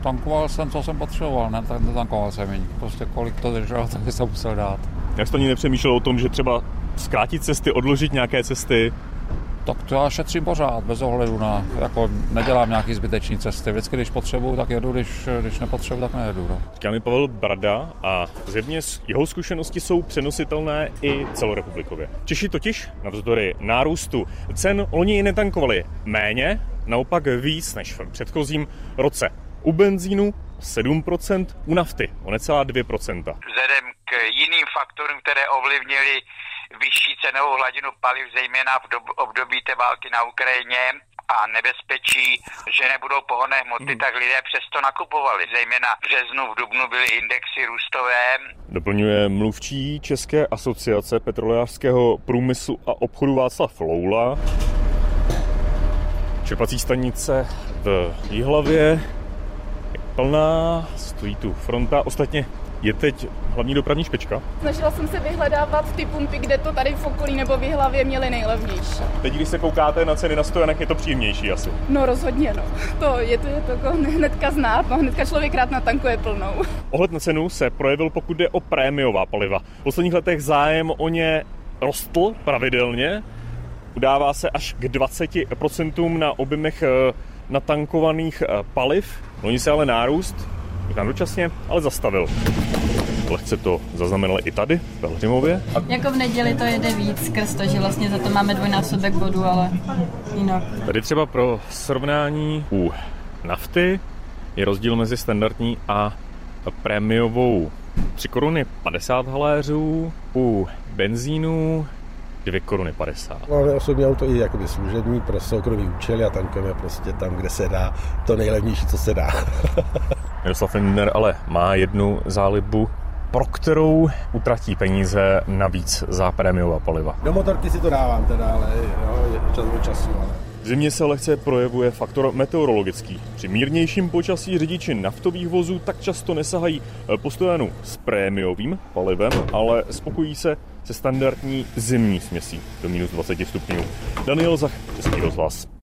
tankoval jsem, co jsem potřeboval, netankoval jsem jí. Prostě kolik to drželo, tak jsem musel dát. Jak jste ani nepřemýšlel o tom, že třeba zkrátit cesty, odložit nějaké cesty? Tak to já šetřím pořád, bez ohledu na, jako nedělám nějaký zbytečný cesty. Vždycky, když potřebuju, tak jedu, když nepotřebuju, tak nejedu. No. Říká mi Pavel Brada a zjevně jeho zkušenosti jsou přenositelné i celorepublikově. Češi totiž navzdory nárůstu cen loni netankovali méně, naopak víc než v předchozím roce. U benzínu 7%, u nafty o necelá 2%. Vzhledem k jiným faktorům, které ovlivnily vyšší cenovou hladinu paliv, zejména v období té války na Ukrajině a nebezpečí, že nebudou pohonné hmoty, tak lidé přesto nakupovali. Zejména v březnu, v dubnu byly indexy růstové. Doplňuje mluvčí České asociace petrolejářského průmyslu a obchodu Václav Loula. Čerpací stanice v Jihlavě je plná, stojí tu fronta. Ostatně je teď hlavní dopravní špička. Snažila jsem se vyhledávat ty pumpy, kde to tady v okolí nebo v Jihlavě měly nejlevnější. Teď, když se koukáte na ceny na stojanech, je to příjemnější asi. No rozhodně, no. To je to jako hnedka znát, no hnedka člověk rád natankuje plnou. Ohled na cenu se projevil, pokud jde o prémiová paliva. V posledních letech zájem o ně rostl pravidelně. Udává se až k 20% na objemech natankovaných paliv. Loni se ale nárůst, možná dočasně, ale zastavil. Lehce to zaznamenali i tady, v Pelhřimově. Jako v neděli to jede víc, skrz to, že vlastně za to máme dvojnásobek bodu, ale jinak. Tady třeba pro srovnání u nafty je rozdíl mezi standardní a prémiovou 3 koruny 50 haléřů, u benzínu 2 koruny 50. Máme osobní auto i jakoby služební pro soukromý účely a tankujeme prostě tam, kde se dá, to nejlevnější, co se dá. Miroslav Lindner ale má jednu zálibu, pro kterou utratí peníze navíc za prémiová paliva. Do motorky si to dávám teda, ale jo, čas od času, ale... V zimě se lehce projevuje faktor meteorologický. Při mírnějším počasí řidiči naftových vozů tak často nesahají po stojanu s prémiovým palivem, ale spokojí se se standardní zimní směsí do minus 20 stupňů. Daniel Zach, Český rozhlas.